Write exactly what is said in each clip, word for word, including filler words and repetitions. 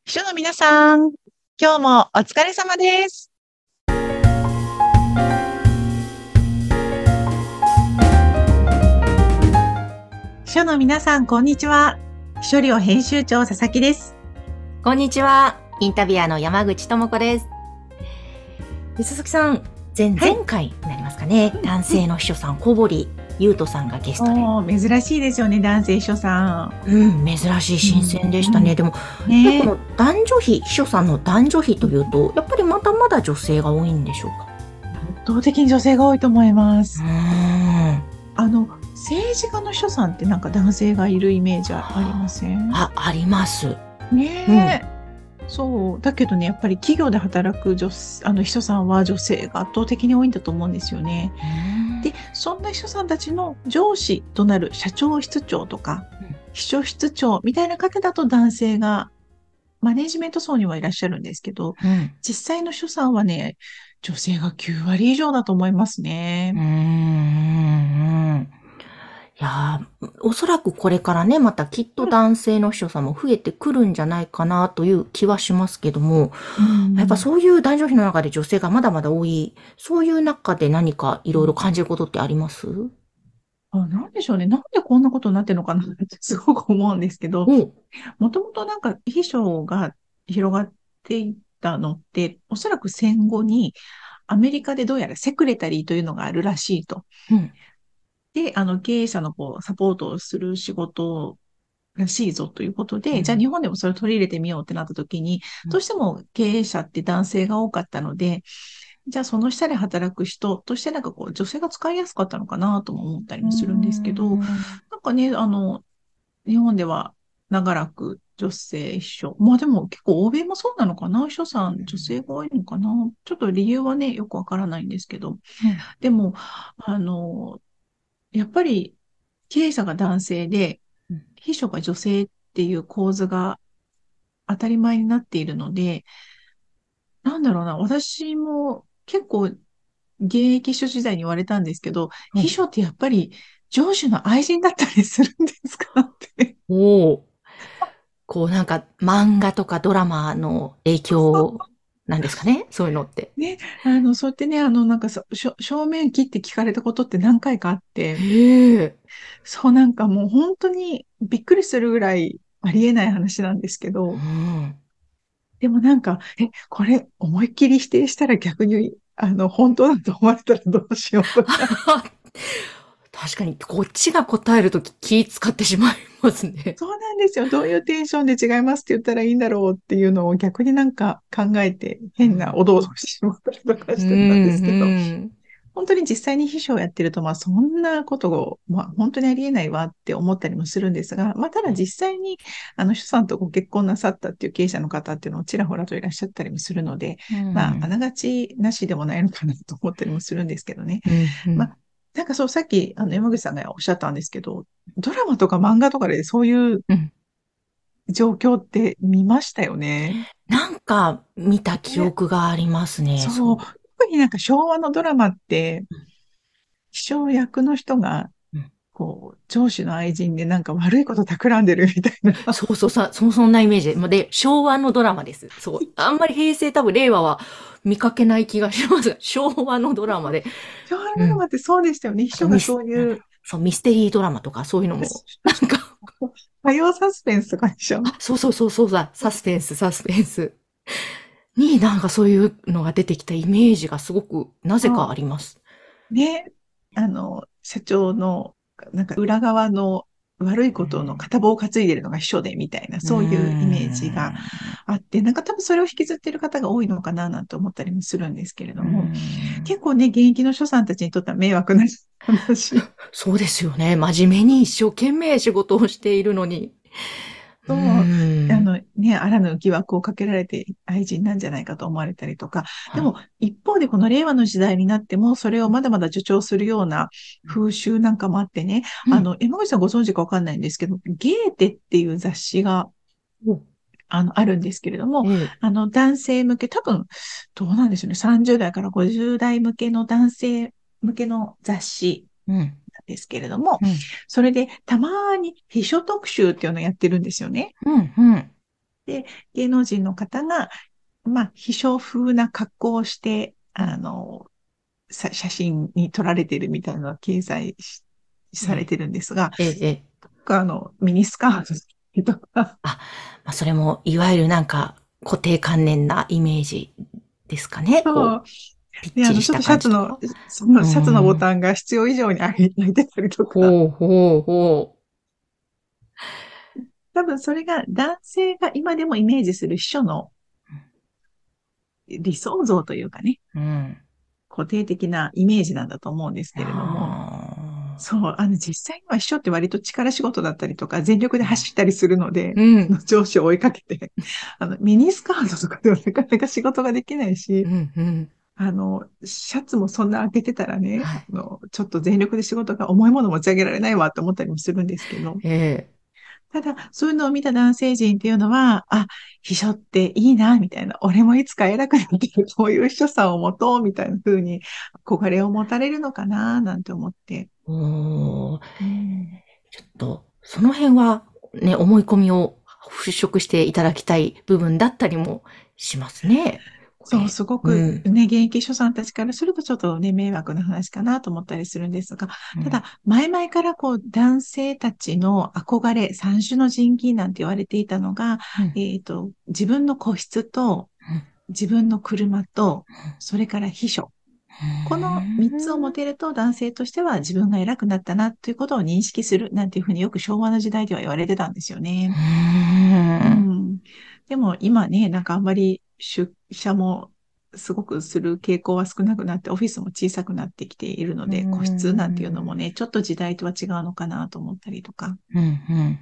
秘書の皆さん、今日もお疲れ様です。秘書の皆さん、こんにちは。秘書寮編集長佐々木です。 こんにちは。インタビュアーの山口智子です。佐々木さん、前、はい、前回になりますかね。男性の秘書さん、小堀優斗さんがゲストで。珍しいですよね、男性秘書さん。うん、珍しい、新鮮でしたね。うん、でも、ね、この男女比、秘書さんの男女比というと、やっぱりまだまだ女性が多いんでしょうか？ 圧倒的に女性が多いと思います。うん、あの、政治家の秘書さんってなんか男性がいるイメージありません？ あ、あります。 ねえ。うんそう。だけどね、やっぱり企業で働く女、あの秘書さんは女性が圧倒的に多いんだと思うんですよね。で、そんな秘書さんたちの上司となる社長室長とか、うん、秘書室長みたいな方だと男性がマネジメント層にはいらっしゃるんですけど、うん、実際の秘書さんはね、女性がきゅうわり以上だと思いますね。 うーんいやおそらくこれからね、またきっと男性の秘書さんも増えてくるんじゃないかなという気はしますけども、うん、やっぱそういう男女比の中で女性がまだまだ多い、そういう中で何かいろいろ感じることってあります？ あ、なんでしょうね。なんでこんなことになってるのかなってすごく思うんですけど、もともとなんか秘書が広がっていったのって、おそらく戦後にアメリカでどうやらセクレタリーというのがあるらしいと。うんで、あの、経営者のこう、サポートをする仕事らしいぞということで、うん、じゃあ日本でもそれを取り入れてみようってなった時に、どうしても経営者って男性が多かったので、じゃあその下で働く人としてなんかこう、女性が使いやすかったのかなとも思ったりもするんですけど、なんかね、あの、日本では長らく女性秘書。まあでも結構欧米もそうなのかな秘書さん、女性が多いのかなちょっと理由はね、よくわからないんですけど。うん、でも、あの、やっぱり経営者が男性で、秘書が女性っていう構図が当たり前になっているので、なんだろうな、私も結構現役秘書時代に言われたんですけど、うん、秘書ってやっぱり上司の愛人だったりするんですかって。 おお。こうなんか漫画とかドラマの影響なんですかねそういうのって。 ね、あの、そうやってね、あの、なんかそ、正面切って聞かれたことって何回かあって、 へそうなんかもう本当にびっくりするぐらいありえない話なんですけど、うん、でもなんか、え、これ思いっきり否定したら逆に、あの、本当だと思われたらどうしようとか。 確かに、こっちが答えるとき気使ってしまいますね。 そうなんですよ。どういうテンションで違いますって言ったらいいんだろうっていうのを逆になんか考えて変なおどおどしてしまったりとかしてたんですけど、うんうん、本当に実際に秘書をやってると、まあそんなことを、まあ本当にありえないわって思ったりもするんですが、まあただ実際にあの秘書さんとご結婚なさったっていう経営者の方っていうのをちらほらといらっしゃったりもするので、うん、まああながちなしでもないのかなと思ったりもするんですけどね。うんうん、まあなんかそう、さっき、あの、山口さんがおっしゃったんですけど、ドラマとか漫画とかでそういう状況って見ましたよね。 うん、なんか見た記憶がありますね。 そう。そう特になんか昭和のドラマって、秘書役の人が、こう、上司の愛人でなんか悪いこと企んでるみたいな。 そうそうさ、そ、そんなイメージで。で、昭和のドラマです。そう。あんまり平成多分令和は見かけない気がしますが、昭和のドラマで。 昭和のドラマってそうでしたよね。秘書がそういう。 そう、ミステリードラマとかそういうのも、なんか。 火曜サスペンスとかでしょ。 あ、そうそうそうそうだ。サスペンス、サスペンス。に、なんかそういうのが出てきたイメージがすごく、なぜかあります。 ね。あの、社長の、なんか裏側の悪いことの片棒を担いでるのが秘書でみたいな、そういうイメージがあって、なんか多分それを引きずってる方が多いのかななんて思ったりもするんですけれども、結構ね、現役の秘書さんたちにとっては迷惑な話。 そうですよね。真面目に一生懸命仕事をしているのに。 そう、あのね、あらぬ疑惑をかけられて愛人なんじゃないかと思われたりとか、でも一方でこの令和の時代になってもそれをまだまだ助長するような風習なんかもあってね、うん、あの、山口さんご存知かわかんないんですけど、ゲーテっていう雑誌が、うんあの、あるんですけれども、うん、あの、男性向け、多分、どうなんでしょうね。さんじゅう代からごじゅう代向けの男性向けの雑誌なんですけれども、うん、それでたまに秘書特集っていうのをやってるんですよね。うんうん、 で、芸能人の方が、まあ、秘書風な格好をして、あの、写真に撮られているみたいなのが掲載されてるんですが、 ええ、ええ。 あの、ミニスカートとか。 あ、まあ、それも、いわゆるなんか、固定観念なイメージですかね。こう、ぴっで、あの、ちょっちりしたとシャツの、 感じとか。 そのうシャツのボん。 タンが必要以上に開いてたりとか。 ほうほうほ多分それが男性が今でもイメージする秘書の理想像というかね、 う。うん。 固定的なイメージなんだと思うんですけれども、 あそう、あの、実際には秘書って割と力仕事だったりとか、全力で走ったりするので、 ーうん。 上司を追いかけて、あの、ミニスカートとかではなかなか仕事ができないし、 うん、うん。 あの、シャツもそんな開けてたらね、 はい。 あの、ちょっと全力で仕事が重いもの持ち上げられないわって思ったりもするんですけど、 ええ。 ただ、そういうのを見た男性陣っていうのは、あ、秘書っていいな、みたいな。俺もいつか偉くなって、こういう秘書さんを持とう、みたいな風に、憧れを持たれるのかな、なんて思って。 おー、 うん、 ちょっと、その辺は、ね、思い込みを払拭していただきたい部分だったりもしますね。こそう、 れ。 すごうん。 くね、現役秘書さんたちからするとちょっとね、迷惑な話かなと思ったりするんですが、 うん。 ただ、前々からこう、男性たちの憧れ、三種の神器なんて言われていたのが、 うん。 えっと、自分の個室と、 うん。 自分の車と、それから秘書。この三つを持てると男性としては自分が偉くなったなということを認識するなんていうふうによく昭和の時代では言われてたんですよね。 うーうん。 ん。でも今ね、なんかあんまり出社もすごくする傾向は少なくなって、オフィスも小さくなってきているのうーで、個室なんていうのもん。 ね、ちょっと時代とは違うのかなと思ったりとか。 うん、うん、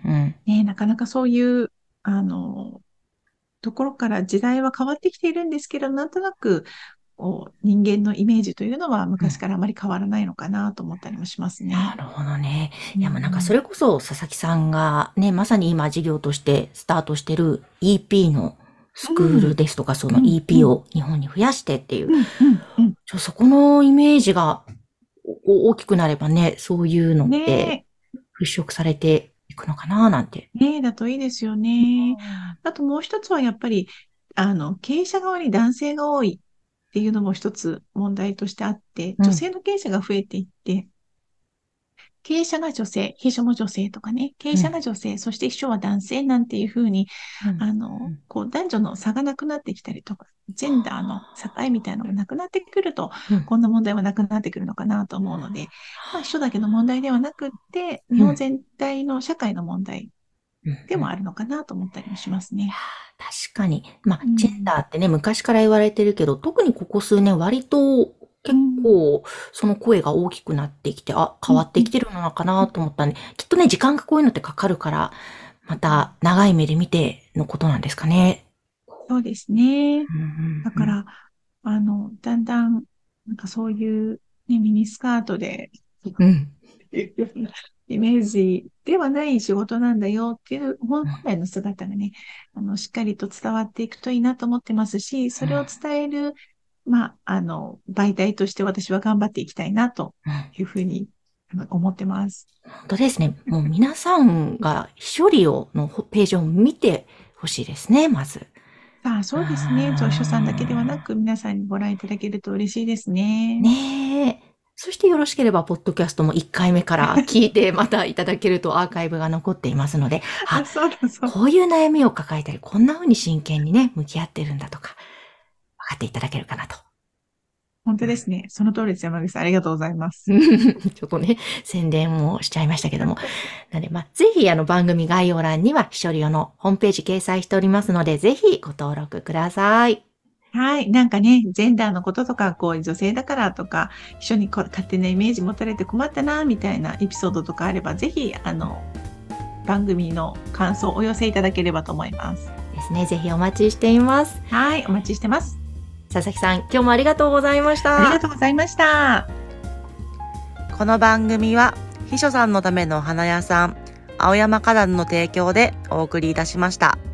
うん。 ね、なかなかそういう、あの、ところから時代は変わってきているんですけど、なんとなくこう人間のイメージというのはうん。 昔からあまり変わらないのかなと思ったりもしますね。 なるほどね。 うんいや、もうなんかそうんれこそ佐々木さんがね、まさに今事業としてスタートしてる イーピー のスクールですとか、そのうんイーピーうんを日本に増やしてっていう、 うんうんうんちょ、そこのイメージがお大きくなればね、そういうのってね払拭されていくのかななんて。 え、ねえだといいですよね。あともう一つはやっぱり、あの、経営者側に男性が多いっていうのも一つ問題としてあって、 うん。 女性の経営者が増えていって、経営者が女性、秘書も女性とかね、経営うん。 者が女性、そして秘書は男性なんていうふうに、 うん。 あの、こう男女の差がなくなってきたりとか、ジェンダーの境みたいなのがなくなってくると、 うん。 こんな問題はなくなってくるのかなと思うので、まあ秘書だけの問題ではなくって、日うん。 本全体の社会の問題うん。 でもあるのかなと思ったりもしますね。 確かに。まあ、ジェンうん。 ダーってね、昔から言われてるけど、特にここ数年割と結うん。 構その声が大きくなってきて、あ、 うん。 変わってきてるのかなと思ったんで、きっとね、時間がこういうのってかかるから、また長い目で見てのことなんですかね。 そうですね。 うんうんだから、あの、だんだん、なんかそういう、ね、ミニスカートで、 うん。うん。 いうようなイメージではない仕事なんだよっていう本来の姿がね、あの、しっかりと伝わっていくといいなと思ってますし、それを伝える、まあ、あの、媒体として私は頑張っていきたいなとうん。 いうふうにあの思ってます。 本当ですね。もう皆さんが秘書利用のページを見てほしいですね、まず。 ああ、そうですね。蔵書さんだけではなく皆さんにご覧いただけると嬉しいですね。 ねえ。そしてよろしければ、ポッドキャストもいっかいめから聞いてまたいただけるとアーカイブが残っていますので、あ、 あ、そうだ、そう。 こういう悩みを抱えたり、こんな風に真剣にね、向き合ってるんだとか、分かっていただけるかなと。 本当ですね。その通りです、山口さん。ありがとうございます。 ちょっとね、宣伝もしちゃいましたけども。なので、まあ、ぜひあの番組概要欄には、秘書利用のホームページ掲載しておりますので、ぜひご登録ください。 はい。なんかね、ジェンダーのこととか、こう、女性だからとか、一緒にこう勝手なイメージ持たれて困ったな、みたいなエピソードとかあれば、ぜひ、あの、番組の感想をお寄せいただければと思います。 ですね、ぜひお待ちしています。 はい。お待ちしてます。 佐々木さん、今日もありがとうございました。 ありがとうございました。 この番組は秘書さんのための花屋さん青山花壇の提供でお送りいたしました。